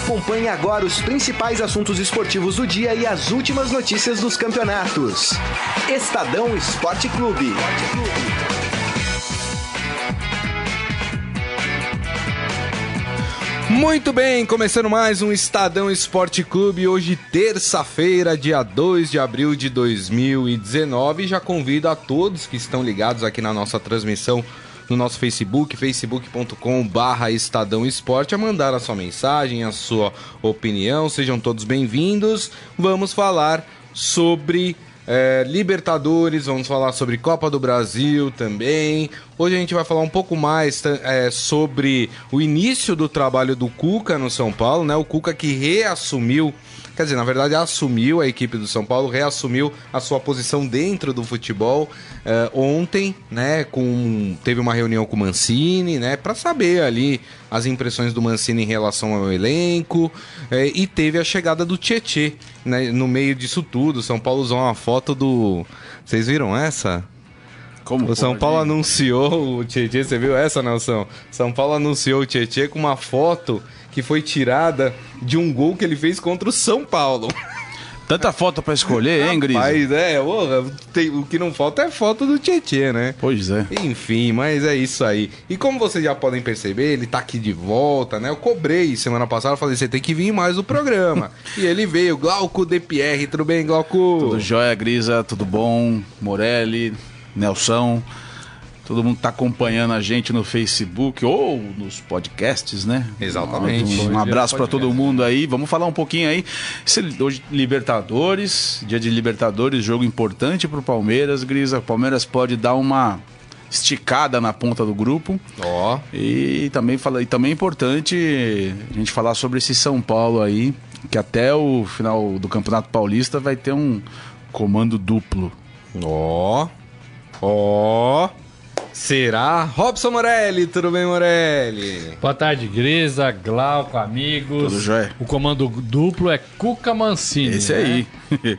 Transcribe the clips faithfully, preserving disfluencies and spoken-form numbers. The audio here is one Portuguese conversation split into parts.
Acompanhe agora os principais assuntos esportivos do dia e as últimas notícias dos campeonatos. Estadão Esporte Clube. Muito bem, começando mais um Estadão Esporte Clube, hoje terça-feira, dia dois de abril de dois mil e dezenove. Já convido a todos que estão ligados aqui na nossa transmissão no nosso Facebook, facebook ponto com barra Estadão Esporte, a mandar a sua mensagem, a sua opinião. Sejam todos bem-vindos. Vamos falar sobre é, Libertadores, vamos falar sobre Copa do Brasil também. Hoje a gente vai falar um pouco mais é, sobre o início do trabalho do Cuca no São Paulo, né? O Cuca que reassumiu, quer dizer, na verdade assumiu a equipe do São Paulo, reassumiu a sua posição dentro do futebol é, ontem, né? Com, teve uma reunião com o Mancini, né? Para saber ali as impressões do Mancini em relação ao elenco, é, e teve a chegada do Tietê, né? No meio disso tudo. O São Paulo usou uma foto do... Vocês viram essa? Como o São pode? Paulo anunciou o Tietê, você viu essa, Nelson? São Paulo anunciou o Tietê com uma foto que foi tirada de um gol que ele fez contra o São Paulo. Tanta foto pra escolher, hein, Gris? Mas é, porra, tem, o que não falta é foto do Tietê, né? Pois é. Enfim, mas é isso aí. E como vocês já podem perceber, ele tá aqui de volta, né? Eu cobrei semana passada, falei, você tem que vir mais no programa. E ele veio, Glauco D P R, tudo bem, Glauco? Tudo jóia, Grisa, tudo bom? Morelli, Nelson, todo mundo tá acompanhando a gente no Facebook ou nos podcasts, né? Exatamente. Um, um abraço para todo mundo aí. Vamos falar um pouquinho aí. Hoje, Libertadores, dia de Libertadores, jogo importante pro Palmeiras, Grisa. O Palmeiras pode dar uma esticada na ponta do grupo. Ó. Oh. E também fala, e também é importante a gente falar sobre esse São Paulo aí, que até o final do Campeonato Paulista vai ter um comando duplo. Ó. Ó. Será? Robson Morelli, tudo bem, Morelli? Boa tarde, Grisa, Glauco, amigos. Tudo jóia. O comando duplo é Cuca Mancini. Esse né? aí.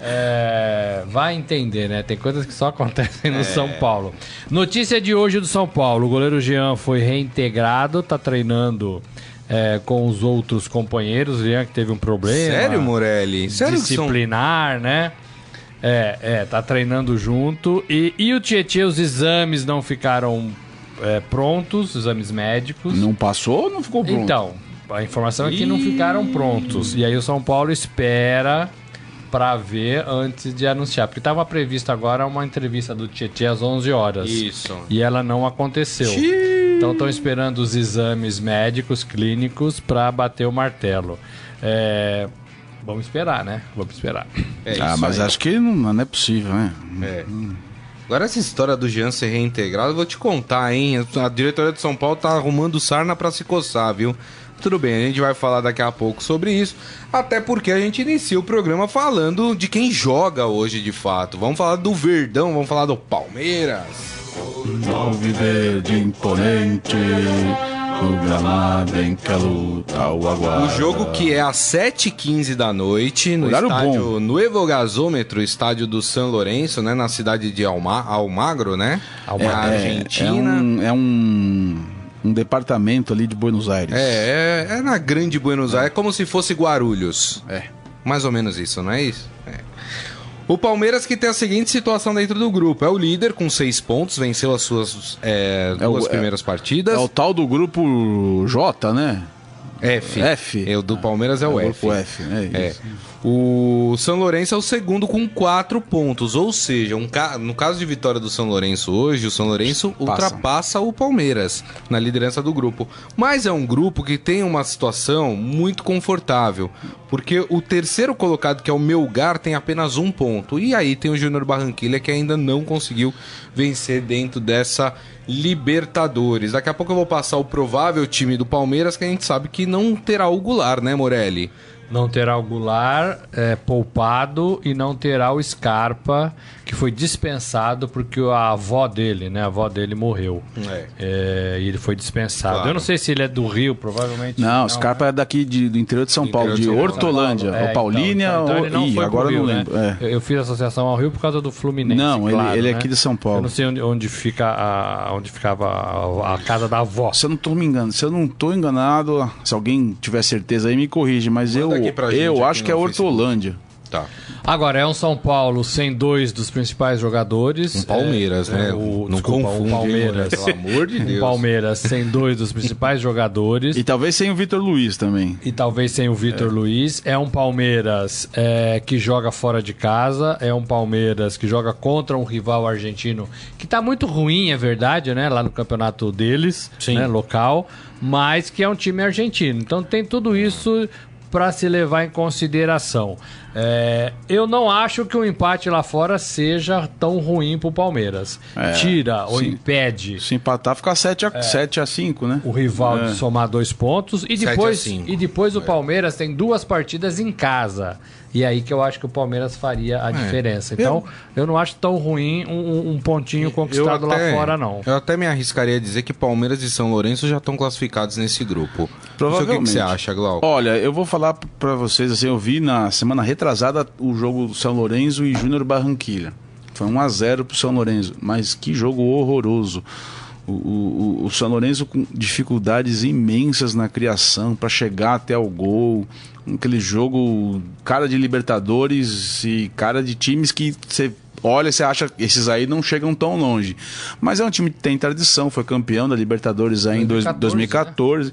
é, vai entender, né? Tem coisas que só acontecem no é. São Paulo. Notícia de hoje do São Paulo: o goleiro Jean foi reintegrado, tá treinando é, com os outros companheiros. O Jean que teve um problema. Sério, Morelli? Sério disciplinar, que são... né? É, é, tá treinando junto. E, e o Tietê, os exames não ficaram é, prontos, exames médicos. Não passou ou não ficou pronto? Então, a informação é que não ficaram prontos. E aí o São Paulo espera pra ver antes de anunciar. Porque estava previsto agora uma entrevista do Tietê às onze horas. Isso. E ela não aconteceu. Xiii. Então estão esperando os exames médicos, clínicos, pra bater o martelo. É... Vamos esperar, né? Vamos esperar. É ah, mas aí. Acho que não, não é possível, né? É. Agora essa história do Jean ser reintegrado, eu vou te contar, hein? A diretoria de São Paulo tá arrumando sarna pra se coçar, viu? Tudo bem, a gente vai falar daqui a pouco sobre isso, até porque a gente inicia o programa falando de quem joga hoje de fato. Vamos falar do Verdão, vamos falar do Palmeiras. Alviverde imponente, o gramado em que a luta o aguarda. O jogo que é às sete e quinze da noite no Horário estádio bom. Nuevo Gasômetro, estádio do San Lourenço, né, na cidade de Alma, Almagro, né? Almagro. É, Argentina. É, um, é um, um departamento ali de Buenos Aires. É, é, é na grande Buenos Aires, é como se fosse Guarulhos. É. Mais ou menos isso, não é isso? É. O Palmeiras que tem a seguinte situação dentro do grupo. É o líder com seis pontos, venceu as suas é, duas é o, primeiras é, partidas. É o tal do grupo J, né? F. F. É, o do Palmeiras é, é o, o F. Grupo F, é isso. É. O São Lourenço é o segundo com quatro pontos. Ou seja, um ca... no caso de vitória do São Lourenço hoje, o São Lourenço Passa. ultrapassa o Palmeiras na liderança do grupo. Mas é um grupo que tem uma situação muito confortável, porque o terceiro colocado, que é o Melgar, tem apenas um ponto. E aí tem o Júnior Barranquilla, que ainda não conseguiu vencer dentro dessa Libertadores. Daqui a pouco eu vou passar o provável time do Palmeiras, que a gente sabe que não terá o Goulart, né, Morelli? Não terá o Goulart é, poupado e não terá o Scarpa, que foi dispensado porque a avó dele, né? A avó dele morreu. É. É, e ele foi dispensado. Claro. Eu não sei se ele é do Rio, provavelmente. Não, o Scarpa né? é daqui de, do interior de São Paulo, de, de Hortolândia. É, ou Paulínia, então, então, então ou... Ih, agora eu não lembro. Né? É. Eu, eu fiz associação ao Rio por causa do Fluminense. Não, claro, ele, ele é né? aqui de São Paulo. Eu não sei onde, onde, fica a, onde ficava a, a casa da avó. Se eu não tô me enganando, se eu não tô enganado, se alguém tiver certeza aí, me corrige, mas Manda eu, eu acho que é Hortolândia. Tá. Agora, é um São Paulo sem dois dos principais jogadores. Um Palmeiras, é, né? O, não desculpa, confunde, um Palmeiras. Pelo amor de Deus. Um Palmeiras sem dois dos principais jogadores. E talvez sem o Vitor Luiz também. E talvez sem o Vitor é. Luiz. É um Palmeiras é, que joga fora de casa. É um Palmeiras que joga contra um rival argentino que tá muito ruim, é verdade, né? Lá no campeonato deles, né? Local. Mas que é um time argentino. Então tem tudo isso para se levar em consideração. É, eu não acho que o empate lá fora seja tão ruim pro Palmeiras. É, Tira ou sim. impede. Se empatar, fica sete a cinco, né? O rival é. de somar dois pontos. E depois, e depois o Palmeiras tem duas partidas em casa. E aí que eu acho que o Palmeiras faria a é. diferença. Então, eu... eu não acho tão ruim um, um pontinho conquistado até, lá fora, não. Eu até me arriscaria a dizer que Palmeiras e São Lourenço já estão classificados nesse grupo. Provavelmente. O que você acha, Glauco? Olha, eu vou falar para vocês, assim, eu vi na semana retrasada o jogo São Lourenço e Júnior Barranquilla. Foi um a zero pro São Lourenço, mas que jogo horroroso. O, o, o São Lourenço com dificuldades imensas na criação para chegar até o gol. Aquele jogo, cara de Libertadores e cara de times que você olha e você acha que esses aí não chegam tão longe. Mas é um time que tem tradição, foi campeão da Libertadores aí em dois mil e quatorze. Né?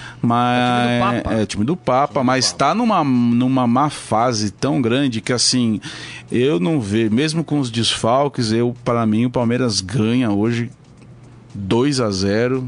Mas é time do Papa, é, time do Papa time mas está numa, numa má fase tão grande que assim, eu não vejo, mesmo com os desfalques, eu, para mim o Palmeiras ganha hoje dois a zero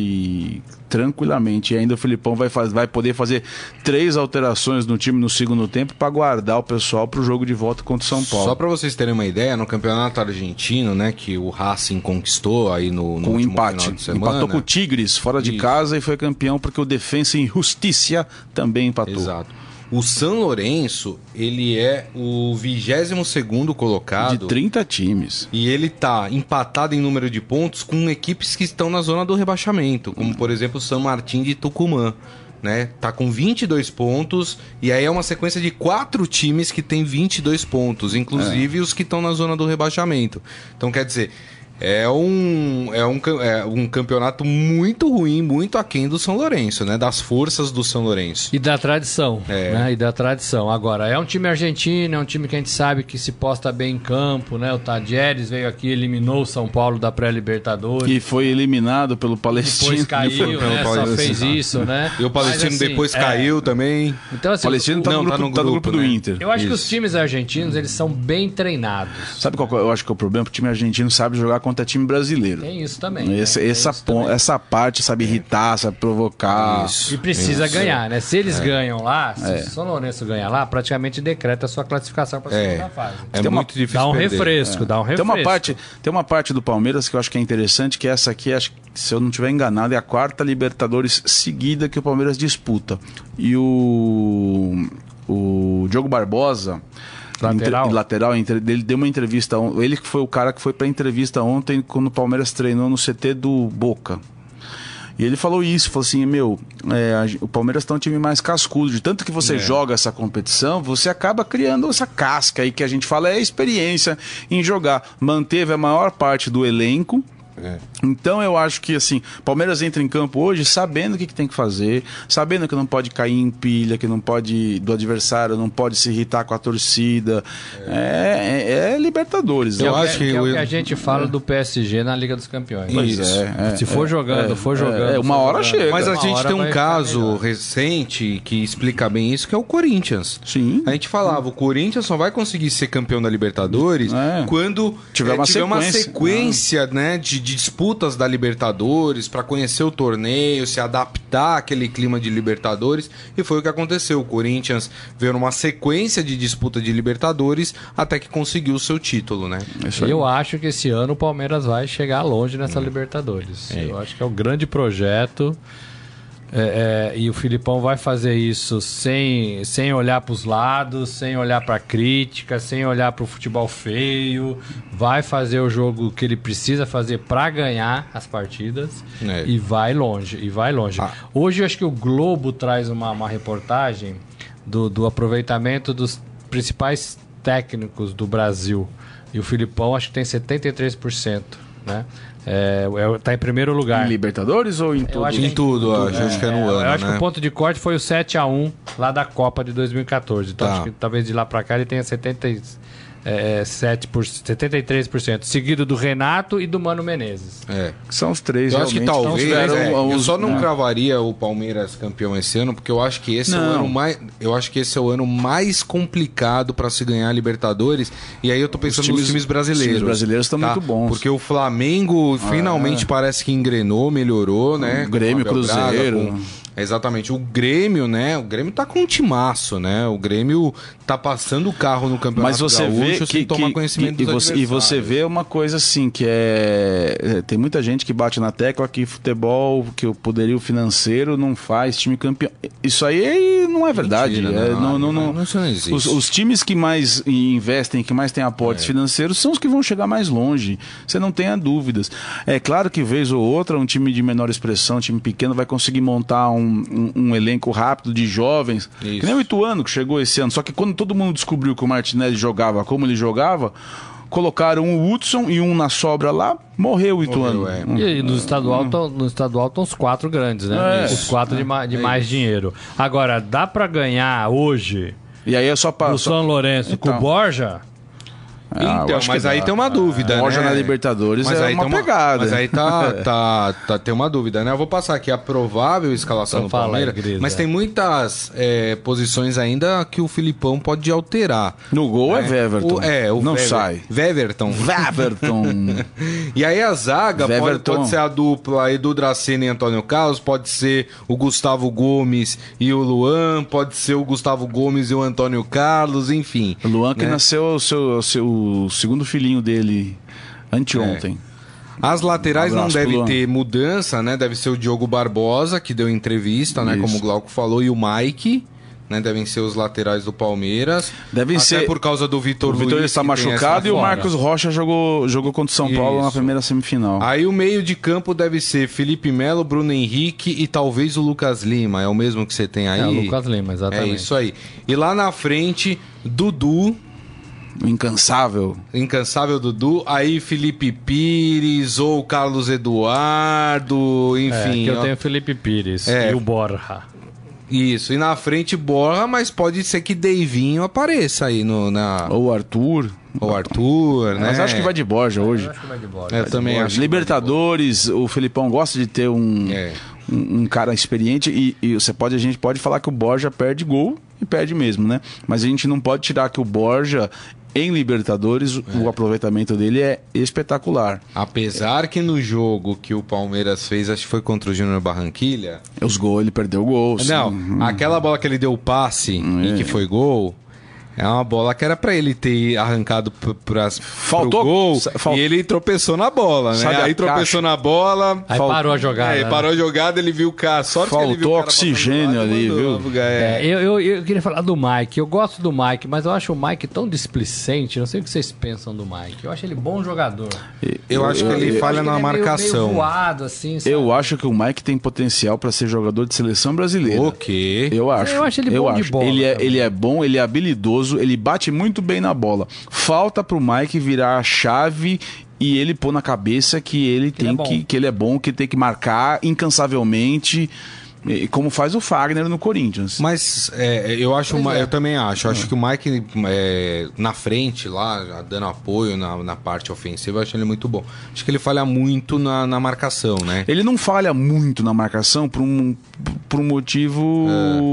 e tranquilamente. E ainda o Filipão vai, faz, vai poder fazer três alterações no time no segundo tempo para guardar o pessoal para o jogo de volta contra o São Paulo. Só para vocês terem uma ideia, no campeonato argentino, né, que o Racing conquistou aí no, no com último empate. final de semana. Empatou com o Tigres fora de Isso. casa e foi campeão porque o Defensa e Justiça também empatou. Exato. O São Lourenço, ele é o vigésimo segundo colocado. De trinta times. E ele tá empatado em número de pontos com equipes que estão na zona do rebaixamento, como, por exemplo, o San Martín de Tucumã. Né? Tá com vinte e dois pontos, e aí é uma sequência de quatro times que tem vinte e dois pontos, inclusive é. os que estão na zona do rebaixamento. Então, quer dizer... É um, é, um, é um campeonato muito ruim, muito aquém do São Lourenço, né? Das forças do São Lourenço. E da tradição, é. né? E da tradição. Agora, é um time argentino, é um time que a gente sabe que se posta bem em campo, né? O Tadieres veio aqui, eliminou o São Paulo da pré-Libertadores. E foi eliminado pelo Palestino. Depois caiu, né? Só fez isso, né? E o Palestino Mas, assim, depois é... caiu também. Então, assim, o Palestino tá, não, no, grupo, tá no tá no grupo, grupo né? do Inter. Eu acho isso. que os times argentinos, eles são bem treinados. Sabe qual eu acho que é o problema? O time argentino sabe jogar contra time brasileiro. Tem isso também. Esse, né? essa, isso pon- também. essa parte sabe irritar, sabe provocar. Isso. E precisa isso. ganhar, né? Se eles é. ganham lá, se é. o São Lourenço ganhar lá, praticamente decreta a sua classificação para a segunda é. fase. É tem muito uma, difícil. Dá um perder. refresco, é. dá um refresco. Tem uma, parte, tem uma parte do Palmeiras que eu acho que é interessante, que essa aqui, acho, se eu não estiver enganado, é a quarta Libertadores seguida que o Palmeiras disputa. E o, o Diogo Barbosa... Lateral. Entre, lateral, entre, ele deu uma entrevista. Ele que foi o cara que foi pra entrevista ontem quando o Palmeiras treinou no C T do Boca. E ele falou isso, falou assim, meu, é, a, o Palmeiras tá um time mais cascudo, de tanto que você é. joga essa competição, você acaba criando essa casca aí que a gente fala, é a experiência em jogar. Manteve a maior parte do elenco. É. Então eu acho que assim, Palmeiras entra em campo hoje sabendo o que, que tem que fazer, sabendo que não pode cair em pilha, que não pode do adversário, não pode se irritar com a torcida. É, é, é Libertadores. Eu né? acho que, que é o que a gente fala é. do P S G na Liga dos Campeões. Isso. É, é, se for é, jogando, é, for jogando. É, uma hora jogando. chega. Mas a uma gente tem um caso melhor. recente que explica bem isso, que é o Corinthians. Sim. A gente falava, o Corinthians só vai conseguir ser campeão da Libertadores é. quando tiver, uma, tiver sequência. uma sequência ah. né, de, de disputas da Libertadores, para conhecer o torneio, se adaptar àquele clima de Libertadores, e foi o que aconteceu. O Corinthians veio numa sequência de disputa de Libertadores até que conseguiu o seu título, né? Eu acho que esse ano o Palmeiras vai chegar longe nessa hum. Libertadores. É. Eu acho que é um grande projeto. É, é, e o Filipão vai fazer isso sem, sem olhar para os lados, sem olhar para a crítica, sem olhar para o futebol feio. Vai fazer o jogo que ele precisa fazer para ganhar as partidas É. e vai longe. E vai longe. Ah. Hoje eu acho que o Globo traz uma, uma reportagem do, do aproveitamento dos principais técnicos do Brasil. E o Filipão acho que tem setenta e três por cento, né? É, é, tá em primeiro lugar. Em Libertadores ou em tudo? acho Em tudo, ó, acho, acho que é no É, ano, eu acho né? que o ponto de corte foi o sete a um lá da Copa de dois mil e catorze. Então Tá. acho que talvez de lá pra cá ele tenha setenta e sete por cento, setenta e três por cento. Seguido do Renato e do Mano Menezes. É. São os três, Eu acho que realmente, talvez, então, tiveram é, eu os- só não né? cravaria o Palmeiras campeão esse ano, porque eu acho que esse é o Não. ano mais, eu acho que esse é o ano mais complicado para se ganhar a Libertadores. E aí eu tô pensando times- nos times brasileiros. os times brasileiros estão muito bons. Porque o Flamengo finalmente parece que engrenou, melhorou, né? O Grêmio, Com o Abel Braga, Cruzeiro. com- Exatamente. O Grêmio, né? O Grêmio tá com um timaço, né? O Grêmio tá passando o carro no Campeonato Mas você Gaúcho vê sem que, tomar que- conhecimento que- e, dos você, e você adversários. vê uma coisa assim que é, é, tem muita gente que bate na tecla que futebol, que o poderio financeiro não faz time campeão. Isso aí não é verdade. Mentira, é, não, não, não, não, não, isso não existe. Os, os times que mais investem, que mais têm aportes financeiros, são os que vão chegar mais longe. Você não tenha dúvidas. É claro que vez ou outra um time de menor expressão, um time pequeno, vai conseguir montar um, um, um elenco rápido de jovens. Isso. Que nem o Ituano que chegou esse ano. Só que quando todo mundo descobriu que o Martinelli jogava como ele jogava, colocaram o Hudson e um na sobra lá, morreu o Ituano. Morreu, é. Hum. E no estadual tão, no estadual estão os quatro grandes, né? É. Os quatro de, ma- de mais dinheiro. Agora, dá pra ganhar hoje E aí é só para. o São Lourenço com o Então. Borja? Então, mas aí tem uma dúvida, Borja né? na Libertadores é aí uma tem pegada. Mas aí tá, tá, tá, tem uma dúvida, né? Eu vou passar aqui a provável escalação Então do fala aí, Palmeiras, Grisa. mas tem muitas é, posições ainda que o Filipão pode alterar. No gol é, Weverton. O, é, o não Wever- sai. Weverton. Weverton. E aí a zaga pode, Weverton. pode ser a dupla Edu Dracena e Antônio Carlos, pode ser o Gustavo Gomes e o Luan, pode ser o Gustavo Gomes e o Antônio Carlos, enfim. O Luan que né? nasceu o seu, o seu segundo filhinho dele anteontem. As laterais Um não abraço, deve Luan. ter mudança, né? Deve ser o Diogo Barbosa, que deu entrevista, né? Isso. Como o Glauco falou, e o Mike, né? Devem ser os laterais do Palmeiras. Devem Até ser- por causa do Vitor O Luiz. Vitor está que tem machucado essa e o fora. Marcos Rocha jogou, jogou contra o São Paulo na Isso. primeira semifinal. Aí o meio de campo deve ser Felipe Melo, Bruno Henrique e talvez o Lucas Lima. É o mesmo que você tem aí? É o Lucas Lima, exatamente. É isso aí. E lá na frente, Dudu, O incansável. incansável Dudu. Aí Felipe Pires ou Carlos Eduardo, É, enfim. que eu ó. tenho o Felipe Pires É. e o Borja. Isso, e na frente Borja, mas pode ser que Deivinho apareça aí no, na... Ou o Arthur. O Arthur, né? Mas acho que vai de Borja hoje. Eu acho que vai de Borja. Eu também Borja. acho. que Libertadores, o Felipão gosta de ter um, É. um, um cara experiente e, e você pode, a gente pode falar que o Borja perde gol e perde mesmo, né? Mas a gente não pode tirar que o Borja, em Libertadores, o aproveitamento dele é espetacular. Apesar que no jogo que o Palmeiras fez, acho que foi contra o Júnior Barranquilha. Os gols, ele perdeu gols. Não, aquela bola que ele deu o passe e que foi gol. É uma bola que era pra ele ter arrancado p- pras, Faltou- pro gol sa- fal- e ele tropeçou na bola, né? Sabe a Aí tropeçou na bola. Aí fal- parou a jogada, É, né? parou a jogada, ele viu o cara. Sorte que ele viu Faltou o cara passando oxigênio do lado e ali, mandou. viu? É. É, eu, eu, eu queria falar do Mike. Eu gosto do Mike, mas eu acho o Mike tão displicente. Não sei o que vocês pensam do Mike. Eu acho ele bom jogador. Eu acho que ele Eu falha acho na ele é meio- marcação. Meio voado, assim, sabe? Eu acho que o Mike tem potencial para ser jogador de seleção brasileira. O quê? Eu acho. Eu acho ele bom de bola Ele é, também. ele é bom, ele é habilidoso, ele bate muito bem na bola. Falta pro Mike virar a chave e ele pôr na cabeça que ele tem ele é que, bom. que ele é bom, que tem que marcar incansavelmente, e como faz o Fagner no Corinthians. Mas é, eu acho, Pois uma- é. eu também acho. Acho que o Mike é, na frente lá, já dando apoio na, na parte ofensiva, eu acho ele muito bom. Acho que ele falha muito na, na marcação, né? Ele não falha muito na marcação por um, por um motivo.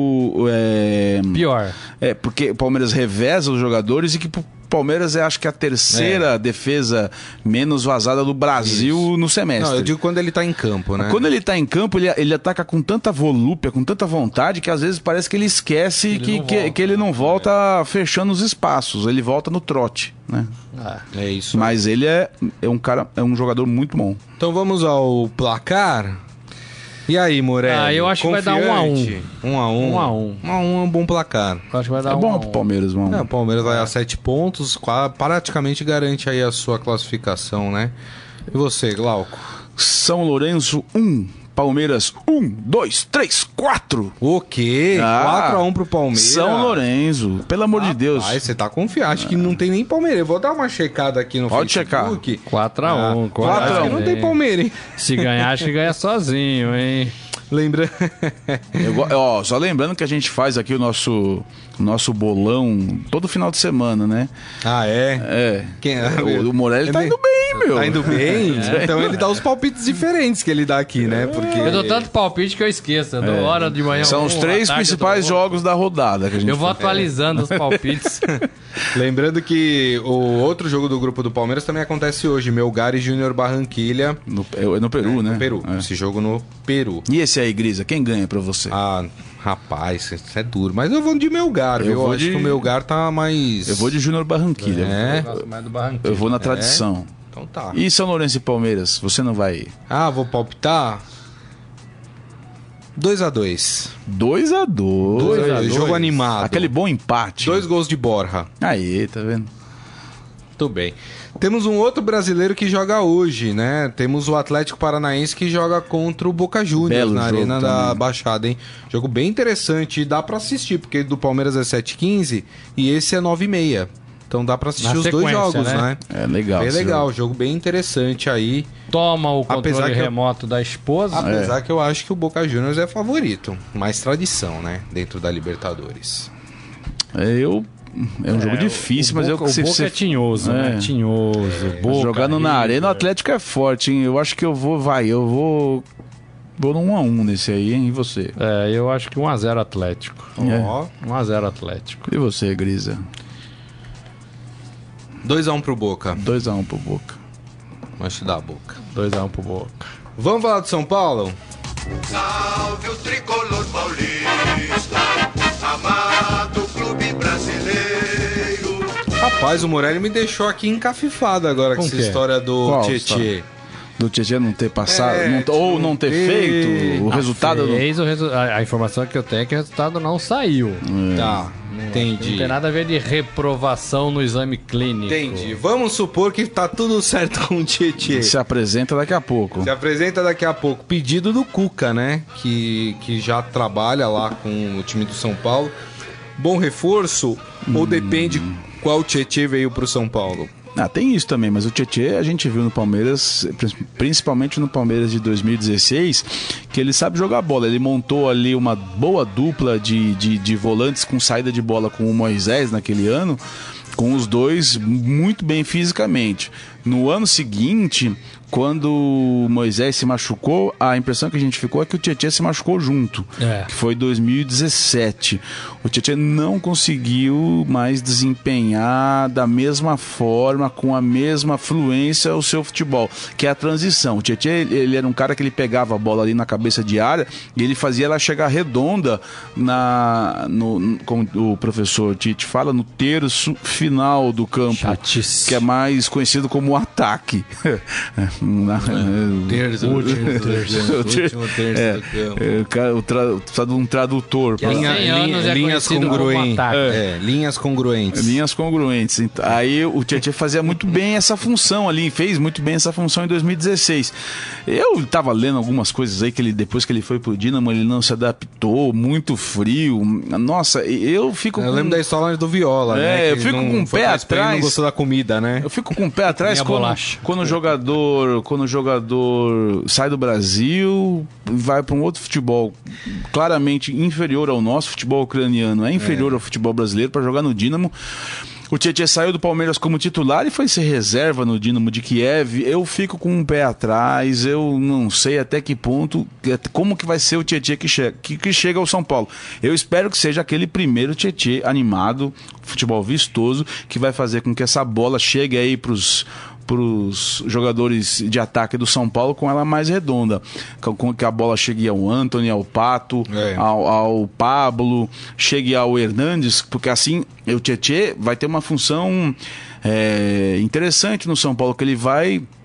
É, Pior. é, porque o Palmeiras reveza os jogadores e que o Palmeiras é, acho que, a terceira defesa menos vazada do Brasil no semestre. Não, eu digo quando ele tá em campo, né? Quando ele tá em campo, ele, ele ataca com tanta volúpia, com tanta vontade, que às vezes parece que ele esquece Ele que, não que, volta, que ele não volta fechando os espaços, ele volta no trote, né? Ah, É isso. Mas ele é, é um cara, é um jogador muito bom. Então vamos ao placar. E aí, Morelli? Ah, eu acho que vai dar um a um. Um a um. Um a um. Um a um é um bom placar. Eu acho que vai dar É um bom a um. pro Palmeiras, mano. É, o Palmeiras vai a sete pontos, qua- praticamente garante aí a sua classificação, né? E você, Glauco? São Lourenço um, Palmeiras um, dois, três, quatro. O quê? Ah, quatro a um pro Palmeiras. São Lourenço, pelo amor de Deus. Ai, você tá confiado. Acho que não tem nem Palmeiras. Eu vou dar uma checada aqui no Pode Facebook. quatro a um. quatro a um. Não tem Palmeiras, hein? Se ganhar, acho que ganha sozinho, hein? Lembra? Eu go- ó, só lembrando que a gente faz aqui o nosso, o nosso bolão todo final de semana, né? Ah, é? É. Quem é? O, o Morelli tá Ele- indo bem, meu. Tá indo bem? Então ele dá os palpites diferentes que ele dá aqui, né? Porque... Eu dou tanto palpite que eu esqueço. Eu dou hora de manhã. São um, os à três tarde, principais eu dou outro. jogos da rodada que a gente Eu vou faz. atualizando os palpites. Lembrando que o outro jogo do grupo do Palmeiras também acontece hoje. Melgar e Júnior Barranquilha. No, é no Peru, né? No Peru. É. Esse jogo no Peru. E esse aí, Grisa, quem ganha pra você? Ah, rapaz, isso é duro. Mas eu vou de Melgar, Eu viu? Eu vou acho de- que o Melgar tá mais... Eu vou de Júnior Barranquilha. É? Gosto mais do Barranquilla. Eu vou na tradição. Então tá. E São Lourenço e Palmeiras, você não vai? Ah, vou palpitar? dois a dois. dois a dois. dois a dois. dois. Jogo animado. Aquele bom empate. Dois gols de Borja. Aí, tá vendo? Tudo bem. Temos um outro brasileiro que joga hoje, né? Temos o Atlético Paranaense que joga contra o Boca Juniors Belo na jogo Arena da também. Baixada, hein? Jogo bem interessante e dá pra assistir, porque do Palmeiras é sete e quinze e esse é nove e meia. Então dá pra assistir Na os dois sequência, jogos, né? né? É legal. Bem esse legal, jogo. jogo bem interessante aí. Toma o Apesar controle que eu- remoto da esposa. Apesar que eu acho que o Boca Juniors é favorito. Mais tradição, né? Dentro da Libertadores. É, eu... É um jogo É, difícil, o mas Boca, eu... o se- Boca se- é tinhoso, É. né? Tinhoso. Boca, Jogando na River. Arena, o Atlético é forte, hein? Eu acho que eu vou, vai, eu vou... Vou no um a um nesse aí, hein? E você? É, eu acho que um a zero Atlético. É. Ó, um a zero Atlético. E você, Grisa? dois a um pro Boca. dois a um pro Boca. Acho que dá a Boca. dois a um pro Boca. Vamos falar do São Paulo? Salve o tricolor paulista, amado clube brasileiro. Rapaz, o Morelli me deixou aqui encafifado agora com, Com essa o quê? história do Qual Tietê. história? Do Tietchan não ter passado, É, não- ou não ter ter- feito o resultado... do- Fez o resu... a, a informação que eu tenho é que o resultado não saiu. Tá, Não entendi. tem nada a ver de reprovação no exame clínico. Entendi. Vamos supor que tá tudo certo com o Tietê. Se apresenta daqui a pouco. Se apresenta daqui a pouco. Pedido do Cuca, né? Que, que já trabalha lá com o time do São Paulo. Bom reforço ou depende qual Tietê veio pro São Paulo? Ah, tem isso também, mas o Tietê a gente viu no Palmeiras, principalmente no Palmeiras de dois mil e dezesseis, que ele sabe jogar bola. Ele montou ali uma boa dupla de, de, de volantes com saída de bola com o Moisés naquele ano, com os dois muito bem fisicamente. No ano seguinte, quando o Moisés se machucou, a impressão que a gente ficou é que o Tietê se machucou junto, É. que foi dois mil e dezessete. O Tietê não conseguiu mais desempenhar da mesma forma, com a mesma fluência o seu futebol, que é a transição. O Tietê, ele era um cara que ele pegava a bola ali na cabeça de área e ele fazia ela chegar redonda na, no, como o professor Tite fala, no terço final do campo, Chatice. que é mais conhecido como ataque. Na- Terço, Último terço, terço. último terço É, do campo. é, o cara- o tra- precisa de um tradutor. Que pra- há Linha- cem anos linha- é linhas conhecido como congruentes. ataque. É, linhas congruentes. Linhas congruentes. Então, aí o Tietê fazia muito bem essa função ali, fez muito bem essa função em dois mil e dezesseis. Eu estava lendo algumas coisas aí que ele, depois que ele foi pro Dínamo, ele não se adaptou, muito frio. Nossa, eu fico Eu com... lembro da história do Viola, É, né? eu que fico não com o foi pé pra Espanha e atrás. Não gostou da comida, né? Eu fico com o pé atrás Minha quando, bolacha. quando o jogador, quando o jogador sai do Brasil, vai para um outro futebol claramente inferior ao nosso futebol ucraniano, é inferior ao futebol brasileiro para jogar no Dínamo. O Tietê saiu do Palmeiras como titular e foi ser reserva no Dínamo de Kiev. Eu fico com um pé atrás, eu não sei até que ponto, como que vai ser o Tietê que chega, que, que chega ao São Paulo. Eu espero que seja aquele primeiro Tietê animado, futebol vistoso, que vai fazer com que essa bola chegue aí pros para os jogadores de ataque do São Paulo com ela mais redonda, com que a bola chegue ao Antony, ao Pato, É. ao, ao Pablo, chegue ao Hernandes, porque assim o Tietê vai ter uma função é, interessante no São Paulo, que ele vai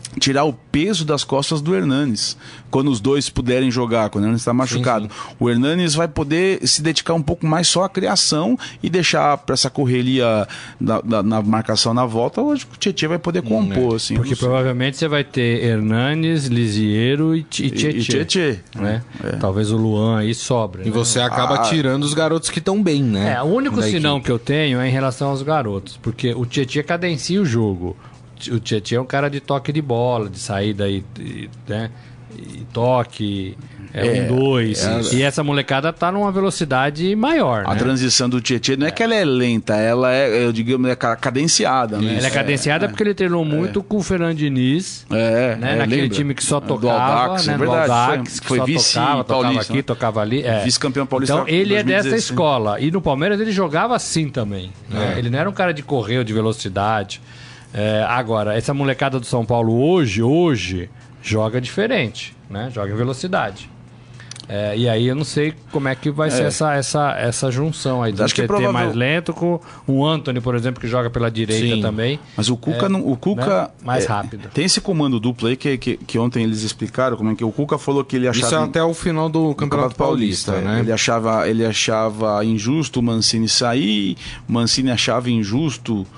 tirar o peso das costas do Hernanes, quando os dois puderem jogar, quando o Hernanes está machucado. Sim, sim. O Hernanes vai poder se dedicar um pouco mais só à criação e deixar para essa correria na, na, na marcação na volta, hoje o Tietê vai poder compor. Hum, assim, porque provavelmente você vai ter Hernanes, Lisiero e, e Tietê. E, e Tietê. Né? É. Talvez o Luan aí sobre. E né? você acaba ah, tirando os garotos que estão bem, né? É, o único sinão que eu tenho é em relação aos garotos, porque o Tietê cadencia o jogo. O Tietê é um cara de toque de bola, de saída e, e, né, e toque, é, é um dois. É, e essa molecada tá numa velocidade maior. A né? transição do Tietê não é, é que ela é lenta, ela é, eu digamos, é cadenciada. Né? Ela é cadenciada é, porque ele treinou muito é. com o Fernando Diniz, é, né, é, naquele lembra? time que só tocava, do Aldax, né, é verdade, do Aldax, foi, foi que vice só tocava, tocava paulista, aqui, né? tocava ali. É. Vice-campeão paulista. Então ele dois mil e dezesseis. É dessa escola. E no Palmeiras ele jogava assim também. Né? É. Ele não era um cara de correr ou de velocidade. É, agora, essa molecada do São Paulo hoje, hoje, joga diferente, né? Joga em velocidade. É, e aí eu não sei como é que vai é. ser essa, essa, essa junção aí. Acho que é provável... mais lento com o Anthony, por exemplo, que joga pela direita. Sim. Também. Mas o Cuca, é, não, o Cuca né? mais é, rápido. Tem esse comando duplo aí que, que, que ontem eles explicaram como é que o Cuca falou que ele achava... Isso até o final do Campeonato, Campeonato Paulista, Paulista, né? Ele achava, ele achava injusto o Mancini sair, o Mancini achava injusto...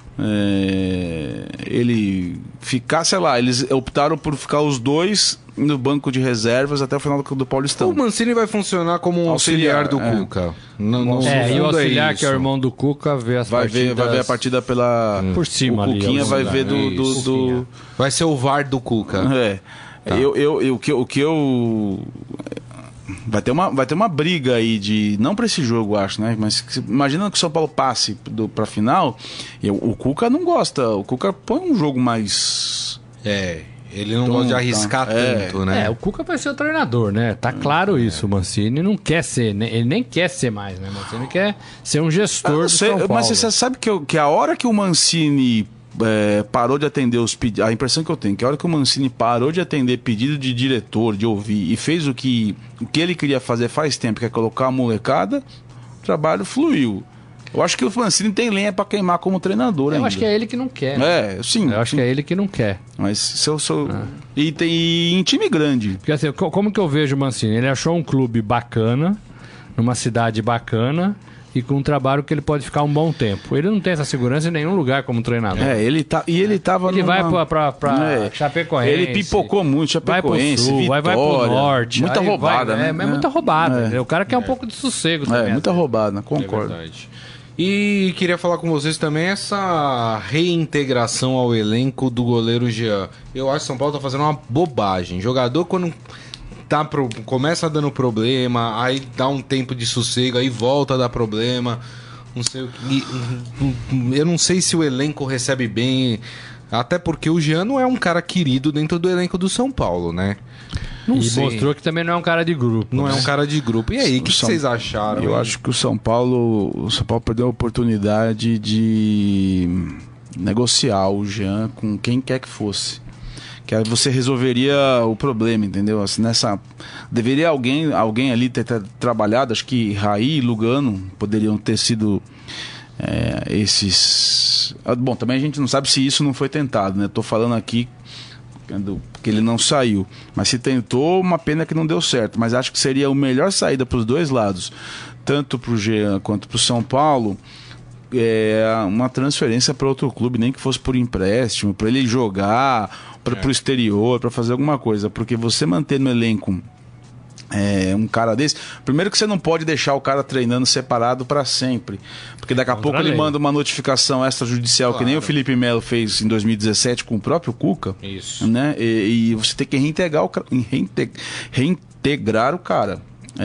É, ele ficar, sei lá, eles optaram por ficar os dois no banco de reservas até o final do, do Paulistão. O Mancini vai funcionar como um auxiliar, auxiliar do é. Cuca. No, no, é, no e o auxiliar, é que é o irmão do Cuca, vê as vai partidas... Ver, vai ver a partida pela... Por cima o ali. O Cuquinha vai ver do... do, do... Vai ser o V A R do Cuca. É. Tá. Eu, eu, eu, o, que, o que eu... Vai ter, uma, vai ter uma briga aí de... Não para esse jogo, acho, né? Mas imagina que o São Paulo passe do, pra final. E o, o Cuca não gosta. O Cuca põe um jogo mais... É, ele não então, gosta de arriscar tá. tanto, é. né? É, o Cuca vai ser o treinador, né? Tá claro é. isso. O Mancini não quer ser... Ele nem quer ser mais, né? O Mancini quer ser um gestor do sei, São Paulo. Mas você sabe que, eu, que a hora que o Mancini... É, parou de atender os pedidos. A impressão que eu tenho é que a hora que o Mancini parou de atender pedido de diretor, de ouvir, e fez o que, o que ele queria fazer faz tempo, que é colocar a molecada, o trabalho fluiu. Eu acho que o Mancini tem lenha pra queimar como treinador. Eu ainda. acho que é ele que não quer. Né? É, sim. Eu acho sim. que é ele que não quer. Mas se eu sou. Ah. E tem e em time grande. Porque assim, como que eu vejo o Mancini? Ele achou um clube bacana, numa cidade bacana. E com um trabalho que ele pode ficar um bom tempo. Ele não tem essa segurança em nenhum lugar como treinador. É, ele tá, e ele tava Ele numa... vai pra, pra, pra é, Chapecoense. Ele pipocou muito, Chapecoense, vai pro sul, Vitória, vai, vai pro norte. Muita roubada, vai, né? É, é muita roubada. É. O cara quer um pouco de sossego também. É, muita roubada, concordo. É e queria falar com vocês também essa reintegração ao elenco do goleiro Jean. Eu acho que São Paulo tá fazendo uma bobagem. Jogador quando... Tá pro, começa dando problema, aí dá um tempo de sossego, aí volta a dar problema. Não sei o que. Eu não sei se o elenco recebe bem. Até porque o Jean não é um cara querido dentro do elenco do São Paulo, né? Não e sei. mostrou que também não é um cara de grupo. Não né? é um cara de grupo. E aí, o que, que vocês acharam? Eu hein? acho que o São Paulo. O São Paulo perdeu a oportunidade de negociar o Jean com quem quer que fosse. Que aí você resolveria o problema, entendeu? Assim, nessa... Deveria alguém, alguém ali ter, ter trabalhado, acho que Raí e Lugano poderiam ter sido é, esses... Bom, também a gente não sabe se isso não foi tentado, né? Tô falando aqui que ele não saiu. Mas se tentou, uma pena que não deu certo. Mas acho que seria a melhor saída para os dois lados, tanto para o Jean quanto para o São Paulo, é uma transferência para outro clube, nem que fosse por empréstimo, para ele jogar... para o é. exterior, para fazer alguma coisa, porque você manter no elenco é, um cara desse, primeiro que você não pode deixar o cara treinando separado para sempre, porque daqui a Contra pouco ele manda uma notificação extrajudicial, claro. Que nem o Felipe Melo fez em dois mil e dezessete com o próprio Cuca. Isso. Né? E, e você tem que reintegrar o, reinte, reintegrar o cara.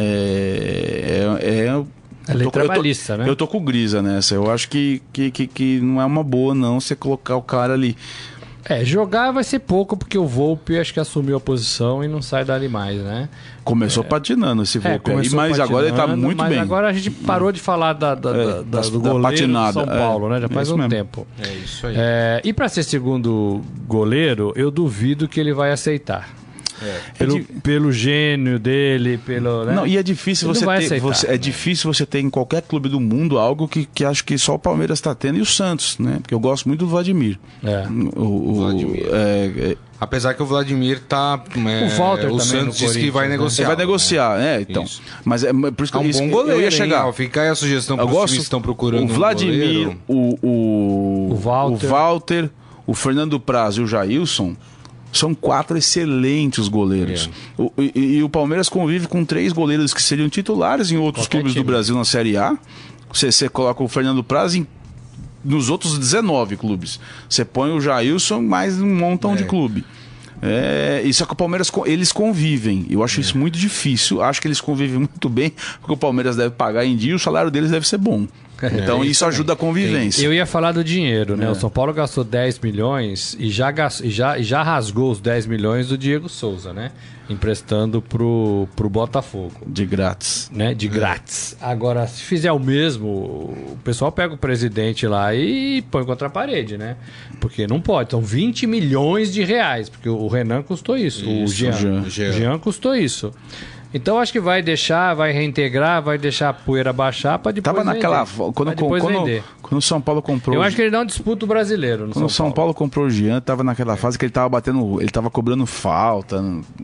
É... é, é É lei trabalhista, eu tô, né? Eu tô com o Grisa nessa. Eu acho que, que, que, que não é uma boa, não, você colocar o cara ali. É, jogar vai ser pouco, porque o Volpe acho que assumiu a posição e não sai dali mais, né? Começou é, patinando esse Volpe é, aí, mas agora ele tá muito mas bem. Mas agora a gente parou de falar da, da, é, da, da, do da goleiro patinada, do São Paulo, é, né? Já faz um mesmo. tempo. É isso aí. É, e para ser segundo goleiro, eu duvido que ele vai aceitar. É. Pelo, É di... pelo gênio dele, pelo... Né? Não, e é difícil Ele você não vai ter... aceitar, Você, é né? difícil você ter em qualquer clube do mundo algo que, que acho que só o Palmeiras está tendo e o Santos, né? Porque eu gosto muito do Vladimir. É. O, o, Vladimir. É, é... Apesar que o Vladimir tá... É, O Walter o também Santos no disse que vai Corinthians, né? negociar. Ele vai negociar, é, então. Isso. Mas é por isso que É um isso- bom goleiro, eu ia hein? chegar. Ó, fica aí a sugestão Eu para os gosto times que estão procurando o Vladimir, um goleiro. o, o, O Walter. o Walter, o Fernando Praz e o Jailson são quatro excelentes goleiros. É. O- e, e o Palmeiras convive com três goleiros que seriam titulares em outros Qualquer clubes time. do Brasil na Série A. Você, você coloca o Fernando Praz em, nos outros dezenove clubes. Você põe o Jailson mais um montão É. de clube. É, e só que o Palmeiras, co- eles convivem. Eu acho isso muito difícil. Acho que eles convivem muito bem, porque o Palmeiras deve pagar em dia e o salário deles deve ser bom. Então isso ajuda a convivência. Eu ia falar do dinheiro, né? É. O São Paulo gastou dez milhões e já, gas- e já, e já rasgou os dez milhões do Diego Souza, né? Emprestando pro, pro Botafogo. De grátis. Né, de grátis. Agora, se fizer o mesmo, o pessoal pega o presidente lá e põe contra a parede, né? Porque não pode. São vinte milhões de reais, porque o Renan custou isso, o Isso, Jean. o Jean. O Jean custou isso. Então acho que vai deixar, vai reintegrar, vai deixar a poeira baixar para depois Tava naquela. vender. Quando, Pra depois quando, vender. quando o São Paulo comprou. Eu o- acho que ele não disputa o brasileiro no Quando o São Paulo comprou o Jean, tava naquela fase que ele tava batendo. Ele tava cobrando falta.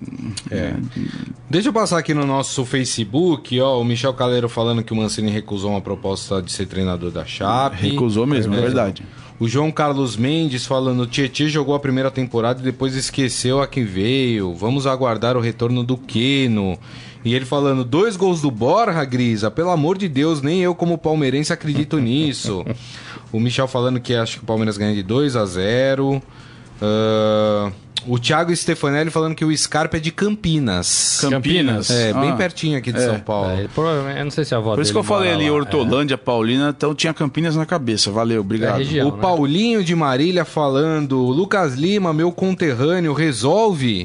É. Deixa eu passar aqui no nosso Facebook, ó, o Michel Caleiro falando que o Mancini recusou uma proposta de ser treinador da Chape. Recusou mesmo, é verdade. O João Carlos Mendes falando, Tietê jogou a primeira temporada e depois esqueceu a que veio. Vamos aguardar o retorno do Queno. E ele falando, dois gols do Borja, Grisa, pelo amor de Deus, nem eu como palmeirense acredito nisso. O Michel falando que acha que o Palmeiras ganha de dois a zero. Ah, o Thiago Stefanelli falando que o Scarpa é de Campinas. Campinas? É, bem Ah, pertinho aqui de é. São Paulo. É, ele provavelmente, eu não sei se a avó Por isso que dele eu falei mora ali, lá. Hortolândia, Paulina, então tinha Campinas na cabeça. Valeu, É obrigado. a região, O né? Paulinho de Marília falando, Lucas Lima, meu conterrâneo, resolve.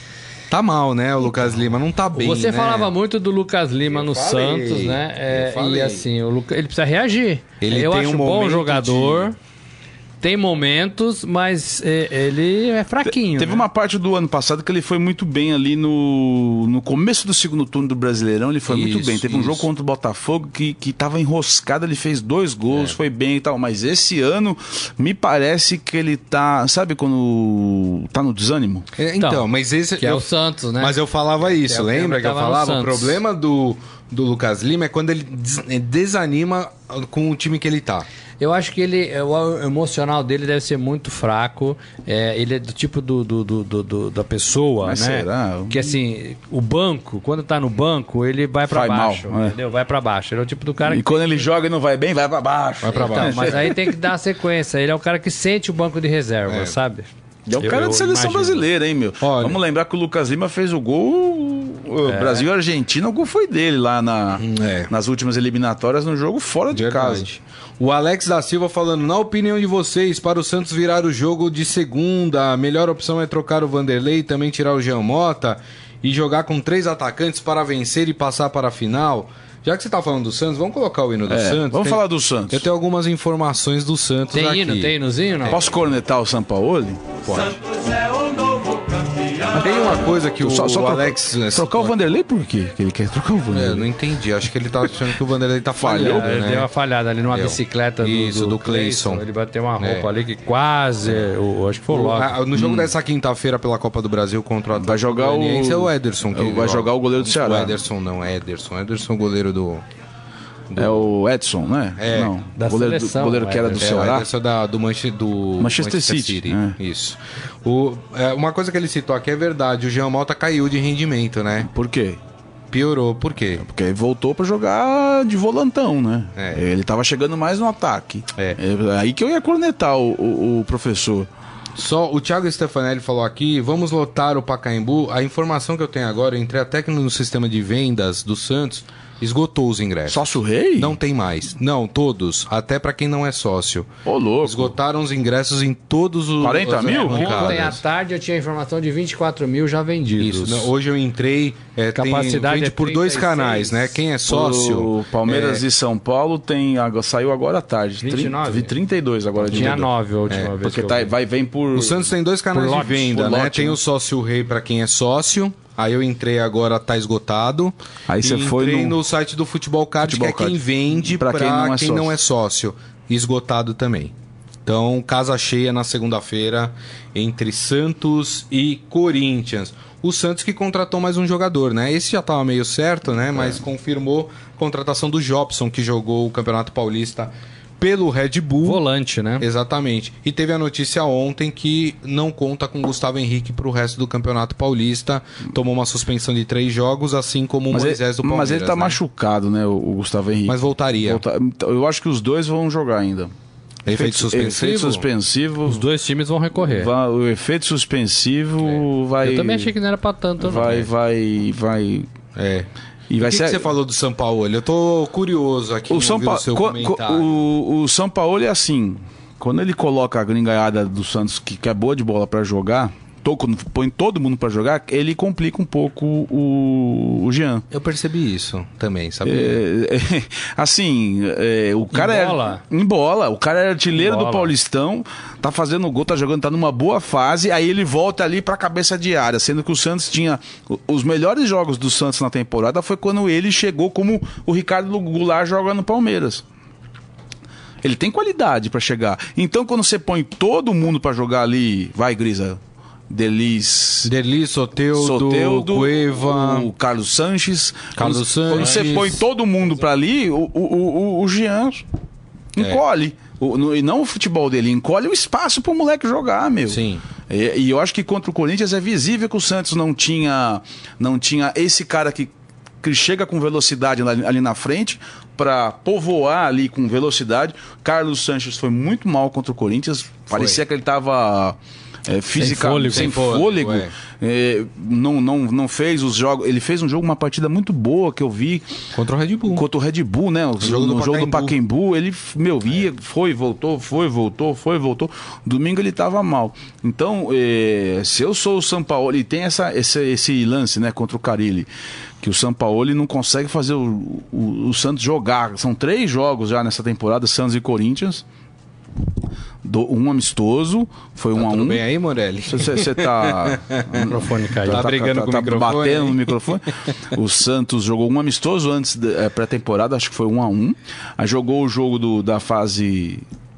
Tá mal, né, o Lucas Lima? Não tá bem, Você né? falava muito do Lucas Lima Eu no falei, Santos, né? É, eu falei. e assim, o Luca, ele precisa reagir. Ele eu tem acho um bom momento jogador, de- tem momentos, mas é, ele é fraquinho. Teve né? uma parte do ano passado que ele foi muito bem ali no, no começo do segundo turno do Brasileirão, ele foi muito Isso, bem. Teve um isso. jogo contra o Botafogo que, que tava enroscado, ele fez dois gols, É. foi bem e tal. Mas esse ano, me parece que ele tá, sabe quando tá no desânimo? É, Então, Então, mas esse... que é eu- o Santos, né? Mas eu falava isso, Que é o que lembra que eu tava no falava? O Santos. problema do, do Lucas Lima é quando ele des- desanima com o time que ele tá. Eu acho que ele, o emocional dele deve ser muito fraco. É, ele é do tipo do, do, do, do- do- da pessoa, Mas né? será? Que assim, o banco, quando tá no banco, ele vai pra Vai baixo, mal, é. entendeu? Vai pra baixo. Ele é o tipo do cara E que quando ele joga e não vai bem, vai pra baixo. Vai pra Então, baixo. mas aí tem que dar sequência. Ele é o cara que sente o banco de reserva, É. sabe? É o Eu- cara eu de seleção imagino. brasileira, hein, meu? Olha. Vamos lembrar que o Lucas Lima fez o gol. O Brasil e Argentina, o gol foi dele lá na, É. nas últimas eliminatórias no jogo fora de casa. Verdade. O Alex da Silva falando, na opinião de vocês, para o Santos virar o jogo de segunda, a melhor opção é trocar o Vanderlei e também tirar o Jean Mota e jogar com três atacantes para vencer e passar para a final. Já que você tá falando do Santos, vamos colocar o hino do É, Santos. vamos Tem- falar do Santos. Eu tenho algumas informações do Santos Tem aqui. hino, tem hinozinho, não? Posso cornetar o Sampaoli? Santos é o novo campeão. Tem uma coisa que o, Só, só o trocar- Alex... Trocar o Vanderlei por quê? Que ele quer trocar o É, Vanderlei. não entendi. Acho que ele tá achando que o Vanderlei tá falhando, É, ele né? deu uma falhada ali numa Deu. bicicleta do, Isso, do Cleison. Ele bateu uma roupa É. ali que quase... O, acho que foi o O- Lopes. a- no jogo dessa quinta-feira pela Copa do Brasil contra o Atlético Vai jogar o- Goianiense é o Ederson. Que Vai joga. jogar o goleiro do Ceará. O Ederson não, é Ederson. Ederson, goleiro do... É o Edson, né? É, Não, da goleiro, do- seleção, goleiro que era do Ederson. É, o Ceará. Ederson da, do, Manche, do Manchester City, é. Isso. O, é, uma coisa que ele citou aqui é verdade. O Jean Mota caiu de rendimento, né? Por quê? Piorou. Por quê? Porque ele voltou pra jogar de volantão, né? É. Ele tava chegando mais no ataque. É. aí que eu ia cornetar o, o- o professor. Só o Thiago Stefanelli falou aqui, vamos lotar o Pacaembu. A informação que eu tenho agora, eu entrei até que no sistema de vendas do Santos, Esgotou os ingressos. Sócio Rei? Não tem mais. Não, todos. Até pra quem não é sócio. Ô, louco. Esgotaram os ingressos em todos os... quarenta as mil? arquibancadas. Ontem à tarde eu tinha a informação de vinte e quatro mil já vendidos. Isso. Não, hoje eu entrei... É, Capacidade tem, vende é por dois trinta e seis. canais, né? Quem é sócio... O Palmeiras é, e São Paulo tem, agora- saiu agora à tarde. vinte e nove? trinta, trinta e dois agora. de Tinha venda. nove a última É, vez. Porque que eu tá, vi. vai, vem por... O Santos tem dois canais Por de lote, venda, por né? lote, Tem né? o sócio rei pra quem é sócio. Aí eu entrei agora, tá esgotado. Aí você E foi entrei no- no... site do Futebol Card, Futebol que é quem Card. vende Pra pra, quem não é quem sócio. não é sócio. Esgotado também. Então, casa cheia na segunda-feira entre Santos e Corinthians. O Santos que contratou mais um jogador, né? Esse já tava meio certo, né? Mas confirmou a contratação do Jobson, que jogou o Campeonato Paulista pelo Red Bull. Volante, né? Exatamente. E teve a notícia ontem que não conta com Gustavo Henrique para o resto do Campeonato Paulista. Tomou uma suspensão de três jogos, assim como o Mas Moisés ele, do Palmeiras. mas ele tá né? machucado, né, o, o Gustavo Henrique. Mas voltaria. Volta- então, Eu acho que os dois vão jogar ainda. Efeito suspensivo? Efeito suspensivo. Os dois times vão recorrer. vai- o efeito suspensivo vai... Eu também achei que não era pra tanto, não. Vai, vai, vai... É. E vai o que, ser... que você falou do São Paulo? Eu tô curioso aqui O no São, ouvir o pa... seu co- comentário. co- o, o São Paulo é assim, quando ele coloca a gringaiada do Santos, que, que é boa de bola pra jogar, to- quando põe todo mundo pra jogar, ele complica um pouco o, o Jean. Eu percebi isso também, sabe? É, é, assim, é, o cara bola? é em bola, o cara é artilheiro Em do bola. Paulistão, tá fazendo gol, tá jogando, tá numa boa fase, aí ele volta ali pra cabeça de área, sendo que o Santos tinha o- os melhores jogos do Santos na temporada foi quando ele chegou como o Ricardo Goulart joga no Palmeiras. Ele tem qualidade pra chegar. Então quando você põe todo mundo pra jogar ali, vai Grisa, Delis, Derli, Soteldo, Soteldo, Cueva... o Carlos Sanches. Carlos quando, Sanches. Quando você põe todo mundo pra ali, o, o, o, o Jean encolhe. O, no- e não o futebol dele, encolhe o espaço pro moleque jogar, meu. Sim. E, e eu acho que contra o Corinthians é visível que o Santos não tinha, não tinha esse cara que, que chega com velocidade ali, ali na frente pra povoar ali com velocidade. Carlos Sanches foi muito mal contra o Corinthians. Parecia que ele tava... É, física, fôlego. sem Sem fôlego, fôlego, é. É, não, não, não fez os jogos. Ele fez um jogo, uma partida muito boa que eu vi Contra o Red Bull. contra o Red Bull, né? O jogo do no jogo do Pacaembu. Pacaembu, ele, meu, ia, foi, voltou, foi, voltou, foi, voltou. Domingo ele tava mal. Então, é, se eu sou o Sampaoli, e tem essa, esse, esse lance, né, contra o Carille, que o Sampaoli não consegue fazer o, o, o Santos jogar. São três jogos já nessa temporada, Santos e Corinthians. Do, um amistoso, foi Tá um a tudo um. bem aí, Morelli? Você tá. O microfone caiu. Tá brigando com o microfone batendo aí? no microfone. O Santos jogou um amistoso antes da pré-temporada, acho que foi um a um. Aí jogou o jogo do, da fase.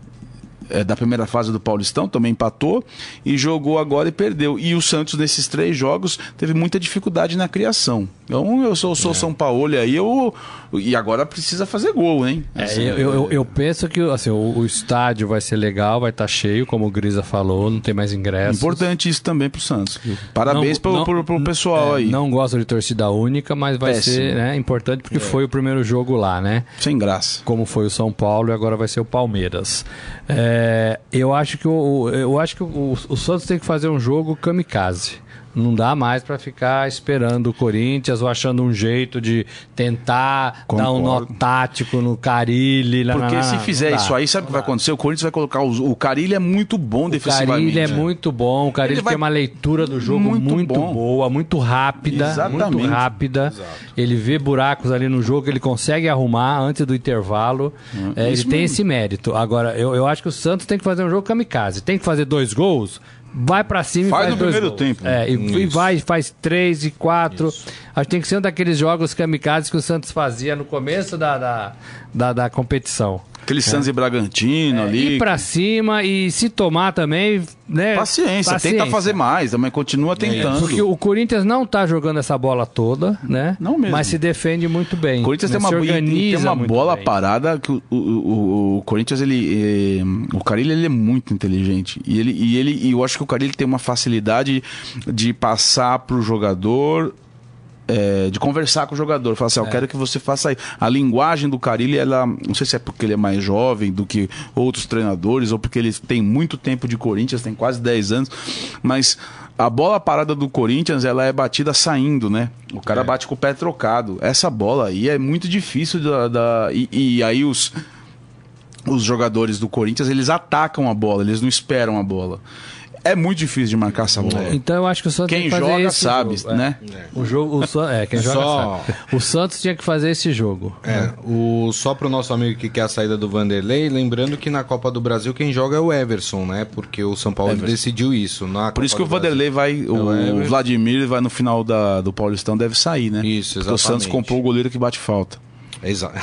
É, da primeira fase do Paulistão, também empatou e jogou agora e perdeu. E o Santos, nesses três jogos, teve muita dificuldade na criação. Então, eu sou, sou São Paulo aí, eu, e agora precisa fazer gol, hein? É, eu, eu, eu penso que assim, o, o estádio vai ser legal, vai estar cheio, como o Grisa falou, não tem mais ingressos. Importante isso também pro Santos. Parabéns Não- pro, não- pro, pro pessoal É, aí. não gosto de torcida única, mas vai Péssimo. ser, né, importante porque foi o primeiro jogo lá, né? Sem graça. Como foi o São Paulo e agora vai ser o Palmeiras. É, eu acho que, o, eu acho que o, o Santos tem que fazer um jogo kamikaze. Não dá mais para ficar esperando o Corinthians ou achando um jeito de tentar dar um nó Concordo. tático no Carille. lá, Porque lá, se lá. fizer Não dá. isso aí, sabe o que vai acontecer? O Corinthians vai colocar os, o Carille é muito bom O defensivamente. Carille é né? muito bom, o Carille Ele vai- tem uma leitura do jogo Muito muito, bom. boa, muito rápida, Exatamente. muito rápida. Ele vê buracos ali no jogo, ele consegue arrumar antes do intervalo. É, ele isso tem mesmo. esse mérito. Agora, eu, eu acho que o Santos tem que fazer um jogo kamikaze. Tem que fazer dois gols, vai pra cima Faz e faz no dois primeiro gols. tempo. É, e, e Isso. vai, faz três e quatro. Acho que tem que ser um daqueles jogos kamikazes que o Santos fazia no começo da, da, da, da competição. Aquele Santos e Bragantino ali. Ir pra cima e se tomar também, né? Paciência, tenta fazer mais, mas continua tentando. Porque o Corinthians não tá jogando essa bola toda, né? Não mesmo. Mas se defende muito bem. O Corinthians né? tem uma, Se e- e tem organiza uma muito bola bem. parada que o, o, o, o Corinthians, ele. eh, o Carille, ele é muito inteligente. E, ele, e, ele, e eu acho que o Carille tem uma facilidade de passar pro jogador. É, de conversar com o jogador, falar assim, ó, eu quero que você faça aí. A linguagem do Carille, ela, não sei se é porque ele é mais jovem do que outros treinadores, ou porque ele tem muito tempo de Corinthians, tem quase dez anos, mas A bola parada do Corinthians, ela é batida saindo, né? O cara É. bate com o pé trocado. Essa bola aí é muito difícil da... da- e, e aí os, os jogadores do Corinthians, eles atacam a bola, eles não esperam a bola. É muito difícil de marcar essa bola. Então eu acho que o Santos Quem tem que fazer joga esse sabe, jogo, é. né? O jogo, o San- é, quem joga Só- sabe. O Santos tinha que fazer esse jogo. É, o, só pro nosso amigo que quer a saída do Vanderlei, lembrando que na Copa do Brasil quem joga é o Everson, né? Porque o São Paulo Everson. decidiu isso. Na Por isso que Copa o do Brasil. Vanderlei vai... O, É, o é. Vladimir vai no final da, do Paulistão, deve sair, né? Isso, Porque o Santos exatamente. comprou o goleiro que bate falta. Exato.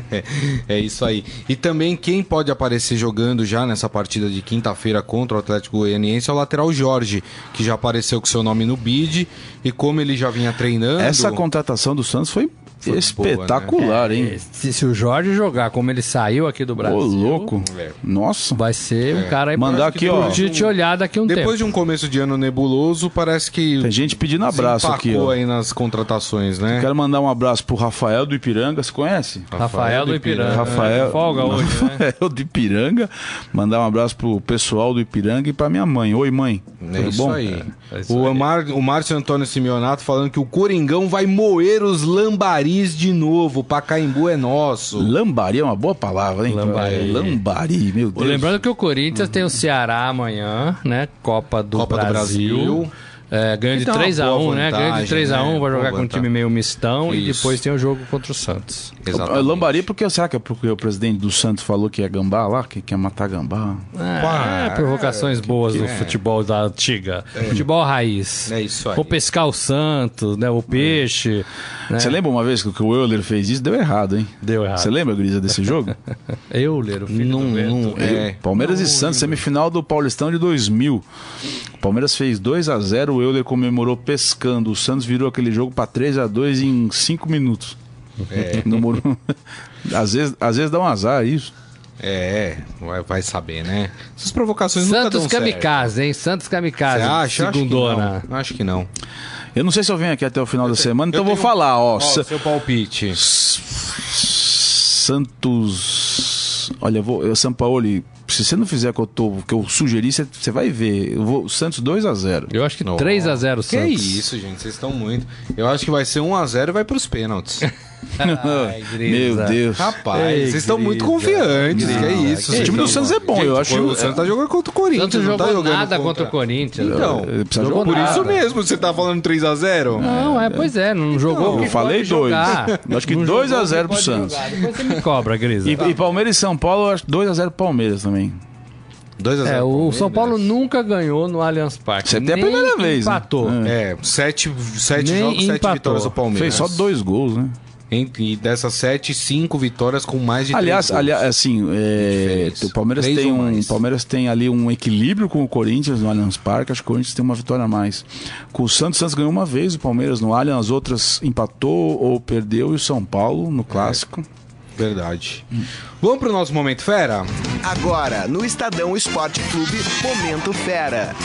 É isso aí. E também quem pode aparecer jogando já nessa partida de quinta-feira contra o Atlético Goianiense é o lateral Jorge, que já apareceu com seu nome no bid e como ele já vinha treinando... Essa contratação do Santos foi, Foi espetacular, É, hein? se, se o Jorge jogar como ele saiu aqui do Brasil, Ô, louco. É. Nossa. vai ser um cara aí Mandar pra- aqui, ó. de te olhar daqui a um Depois tempo. de um começo de ano nebuloso, parece que Tem gente pedindo abraço se aqui, empacou ó. aí nas contratações, né? Quero mandar um abraço pro Rafael do Ipiranga, você conhece? Rafael do Ipiranga. Rafael, Folga hoje, né? Rafael do Ipiranga. Mandar um abraço pro pessoal do Ipiranga e pra minha mãe. Oi, mãe. É Tudo isso bom? aí. É isso o, aí. Mar, o Márcio Antônio Simeonato falando que o Coringão vai moer os lambaris de novo. O Pacaembu é nosso. Lambari é uma boa palavra, hein? Lambari. É, Lambari, meu Pô, Deus. lembrando que o Corinthians tem o Ceará amanhã, né? Copa do Copa do Brasil. Brasil. É, ganho de Então, três a um, boa né? Ganho de vantagem, três a um, né? vai jogar Boa com um vantagem. time meio mistão e Isso. depois tem o jogo contra o Santos. Exatamente. Lambari, porque será que é porque o presidente do Santos falou que é gambá lá, que quer matar gambá? Ah, é, provocações boas do é. futebol da antiga. Futebol raiz. É isso aí. Vou pescar o Santos, né? O peixe. né? Você lembra uma vez que o Euler fez isso? Deu errado, hein? Deu errado. Você lembra, Grisa, desse jogo? Euler, o filho Não, do Bento. não, é. Palmeiras e Santos, semifinal do Paulistão de dois mil. O Palmeiras fez dois a zero, o Euler comemorou pescando. O Santos virou aquele jogo para três a dois em cinco minutos. É. No Morumbi. às, vezes, às vezes dá um azar isso. É, vai, vai saber, né? Essas provocações nunca Santos dão certo. Kamikaze, hein? Santos Você Kamikaze. acha? Segundona. Acho que não. Acho que não. Eu não sei se eu venho aqui até o final da semana, então eu vou tenho- falar, ó. Ó, Sa- seu palpite. Santos. Olha, eu vou. Eu, Sampaoli, se você não fizer o que eu, tô, o que eu sugeri, você, você vai ver. Eu vou, Santos dois a zero. Eu acho que Nossa. três a zero Que Santos. isso, gente. Vocês estão muito. Eu acho que vai ser um a zero e vai pros pênaltis. Ai, Grisa. Meu Deus. Rapaz, Ei, vocês estão muito Grisa. confiantes. Grisa. Que é isso. Que O time do Vocês Santos é bom, Gente, eu acho. O Santos tá jogando contra o Corinthians. Santos não jogou tá jogando nada contra o Corinthians. Então, Ele precisa jogou jogar. por isso nada. mesmo você tá falando três a zero? Não, é, pois é, não jogou. o que eu falei pode dois. jogar. Eu acho que Não dois a jogou o que zero pro pode Santos. jogar. Depois você me cobra, Grisa. E, e Palmeiras e São Paulo, eu acho dois a zero pro Palmeiras também. dois a zero. É, o São Paulo nunca ganhou no Allianz Parque. Você tem a Nem primeira vez, né? empatou. É, sete, sete Nem jogos, sete empatou. vitórias do Palmeiras. Fez só dois gols, né? Entre, e dessas sete, cinco vitórias com mais de Aliás, três gols. aliás assim, é, Diferença. o Palmeiras Três tem ou um, mais. Palmeiras tem ali um equilíbrio com o Corinthians no Allianz Parque. Acho que o Corinthians tem uma vitória a mais. Com o Santos, o Santos ganhou uma vez, o Palmeiras no Allianz, as outras empatou ou perdeu, e o São Paulo no clássico. Verdade. Vamos pro nosso Momento Fera? Agora, no Estadão Esporte Clube, Momento Fera.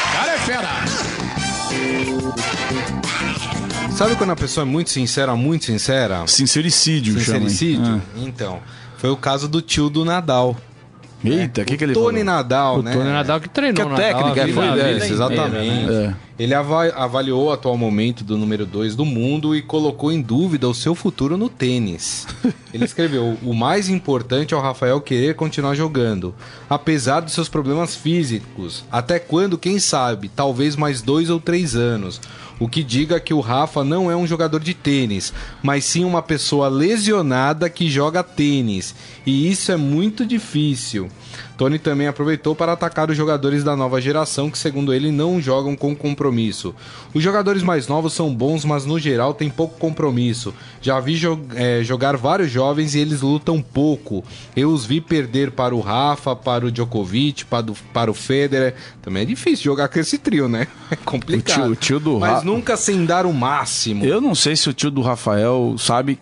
Sabe quando a pessoa é muito sincera, muito sincera? Sincericídio, chama. Sincericídio? Ah. Então, foi o caso do tio do Nadal. Eita, o que, que ele Tony falou? Nadal, O né? Tony Nadal que treinou Que o a técnica, Nadal, a foi vida- a dessa, vida exatamente. inteira, né? É. Ele ava- avaliou o atual momento do número dois do mundo e colocou em dúvida o seu futuro no tênis. Ele escreveu: o mais importante é o Rafael querer continuar jogando, apesar dos seus problemas físicos. Até quando, quem sabe, talvez mais dois ou três anos. O que diga que o Rafa não é um jogador de tênis, mas sim uma pessoa lesionada que joga tênis. E isso é muito difícil. Tony também aproveitou para atacar os jogadores da nova geração que, segundo ele, não jogam com compromisso. Os jogadores mais novos são bons, mas no geral tem pouco compromisso. Já vi jo- eh, jogar vários jovens e eles lutam pouco. Eu os vi perder para o Rafa, para o Djokovic, para o, para o Federer. Também é difícil jogar com esse trio, né? É complicado. O tio- o tio do mas Ra- nunca sem dar o máximo. Eu não sei se o tio do Rafael sabe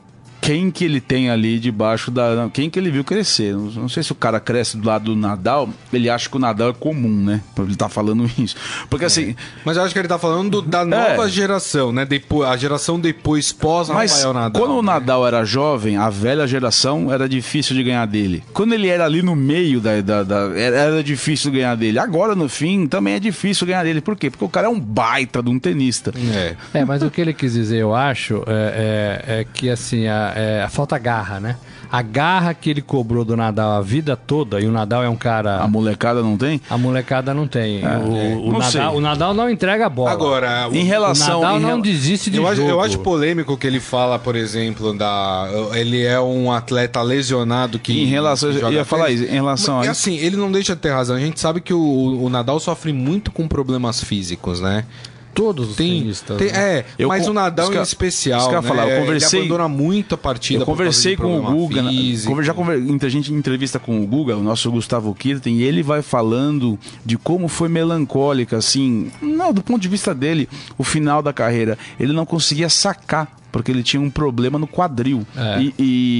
quem que ele tem ali debaixo da... Quem que ele viu crescer. Não, não sei se o cara cresce do lado do Nadal, ele acha que o Nadal é comum, né? Ele tá falando isso. Porque é. assim... Mas eu acho que ele tá falando do, da nova é. geração, né? Depois, a geração depois pós-Rafael Nadal. Quando né? o Nadal era jovem, a velha geração era difícil de ganhar dele. Quando ele era ali no meio da... da, da era, era difícil ganhar dele. Agora, no fim, também é difícil ganhar dele. Por quê? Porque o cara é um baita de um tenista. É, é mas o que ele quis dizer, eu acho, é, é, é que assim, a, é, a falta garra, né? A garra que ele cobrou do Nadal a vida toda, e o Nadal é um cara... A molecada não tem? A molecada não tem. É, o, é. o, Não Nadal, o Nadal não entrega a bola. Agora, em relação... O Nadal em não rel... desiste de eu jogo. Acho, eu acho polêmico que ele fala, por exemplo, da... Ele é um atleta lesionado que... Em relação... que Eu ia falar isso. Em relação e a assim, ele não deixa de ter razão. A gente sabe que o, o Nadal sofre muito com problemas físicos, né? Todos os tem, tenistas. Tem, né? é, eu, mas o Nadal que, em especial, né? falar, eu conversei, ele abandona muito a partida. Eu conversei com o Guga, físico. já conver, a gente entrevista com o Guga, o nosso Gustavo Kirten, e ele vai falando de como foi melancólica, assim, não, do ponto de vista dele, o final da carreira. Ele não conseguia sacar, porque ele tinha um problema no quadril. É. E,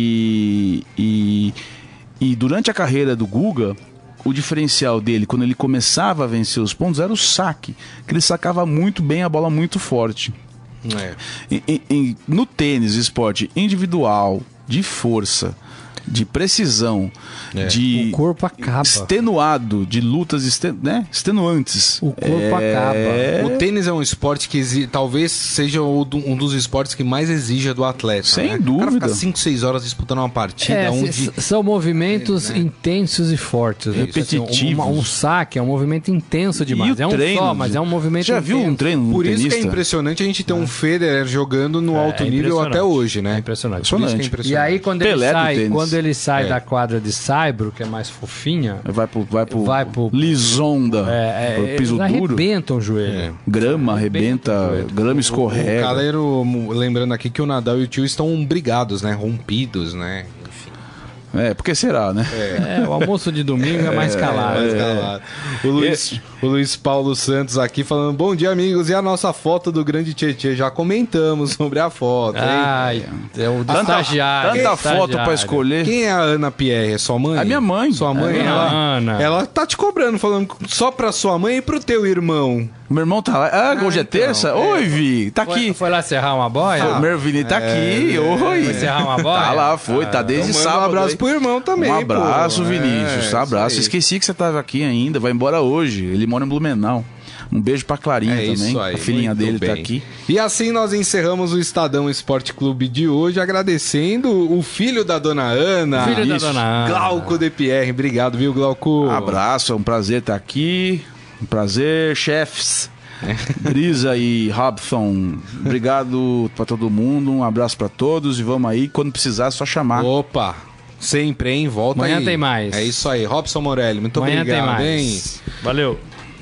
e, e, e durante a carreira do Guga, o diferencial dele, quando ele começava a vencer os pontos, era o saque. Que ele sacava muito bem a bola muito forte. É. E, e, e, no tênis, esporte individual, de força, de precisão, é. de o corpo acaba. extenuado, de lutas exten, né? extenuantes. O corpo é... acaba. O tênis é um esporte que exige, talvez seja um dos esportes que mais exija do atleta. Sem né? dúvida. O cara fica cinco, seis horas disputando uma partida. É, onde... São movimentos né? intensos e fortes. Repetitivos. Assim, um, um saque é um movimento intenso demais. E é um treino, só, mas é um movimento Você já intenso. viu um treino no Por tenista? isso que é impressionante a gente ter é. um Federer jogando no é, alto é nível até hoje, né? É impressionante. Impressionante. É impressionante. E aí quando ele Pelé do sai, tênis. quando ele sai É. da quadra de saibro, que é mais fofinha, Vai pro, vai pro, Vai pro- lisonda, é, pro é, piso eles duro. arrebentam o joelho. É. Grama Arrebenta o arrebenta, joelho. grama O escorrega. galera, lembrando aqui que o Nadal e o Tio estão brigados, né? Rompidos, né? É, porque será, né? É, o almoço de domingo é mais calado. Mais calado. O, Luiz, o Luiz Paulo Santos aqui falando: bom dia, amigos. E a nossa foto do grande Tietê? Já comentamos sobre a foto, hein? Ai, é o Tanta, estagiário. tanta estagiário. foto pra escolher. Quem é a Ana Pierre? É sua mãe? A minha mãe. Sua mãe? É a ela, Ana. ela tá te cobrando, falando só pra sua mãe e pro teu irmão. Meu irmão tá lá. Ah, hoje é então, terça? é. Oi, Vi. Tá Foi, aqui. foi lá serrar uma boia? O Mervini tá aqui. Oi. Foi serrar uma boia? Tá lá, foi. Tá desde Então manda sábado. um abraço aí. pro irmão também, Um abraço, pô. Vinícius. É, abraço. isso aí. Esqueci que você tava aqui ainda. Vai embora hoje. Ele mora em Blumenau. Um beijo pra Clarinha É também. isso aí, A filhinha muito dele bem. tá aqui. E assim nós encerramos o Estadão Esporte Clube de hoje, agradecendo o filho da dona Ana, Filho da Isso, dona Ana. Glauco de Pierre. Obrigado, viu, Glauco? Abraço, é um prazer estar aqui. Um prazer, chefs. Brisa e Robson, obrigado pra todo mundo. Um abraço pra todos e vamos aí. Quando precisar, é só chamar. Opa, sempre, hein? Volta Amanhã aí. tem mais. É isso aí. Robson Morelli, muito Amanhã obrigado, tem hein? mais. Valeu.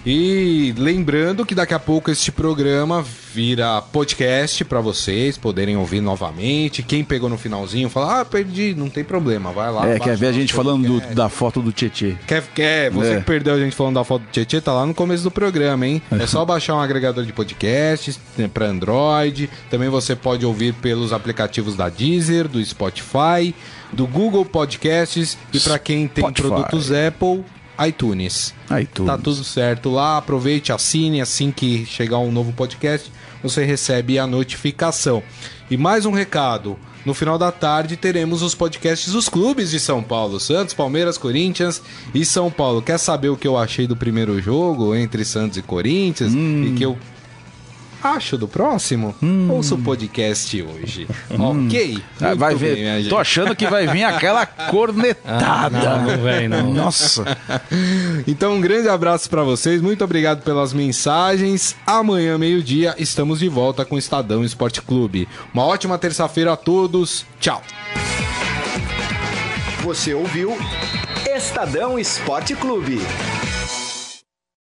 E lembrando que daqui a pouco este programa vira podcast para vocês poderem ouvir novamente. Quem pegou no finalzinho, fala, ah, perdi, não tem problema, vai lá. É, baixa quer ver a o gente nosso falando do- podcast. da foto do Tietê. Quer, quer, você É. que perdeu a gente falando da foto do Tietê, tá lá no começo do programa, hein? É só baixar um agregador de podcasts para Android. Também você pode ouvir pelos aplicativos da Deezer, do Spotify, do Google Podcasts e para quem tem Spotify. produtos Apple, iTunes. iTunes. Tá tudo certo lá, aproveite, assine, assim que chegar um novo podcast, você recebe a notificação. E mais um recado, no final da tarde teremos os podcasts dos clubes de São Paulo, Santos, Palmeiras, Corinthians e São Paulo. Quer saber o que eu achei do primeiro jogo entre Santos e Corinthians? Hum. E que eu acho do próximo? Ouça o podcast hoje. Ok? Ah, Muito vai bem, ver. minha gente. Tô achando que vai vir aquela cornetada. Não, não vem, não. Nossa. Então, um grande abraço pra vocês. Muito obrigado pelas mensagens. Amanhã, meio-dia, estamos de volta com o Estadão Esporte Clube. Uma ótima terça-feira a todos. Tchau. Você ouviu Estadão Esporte Clube.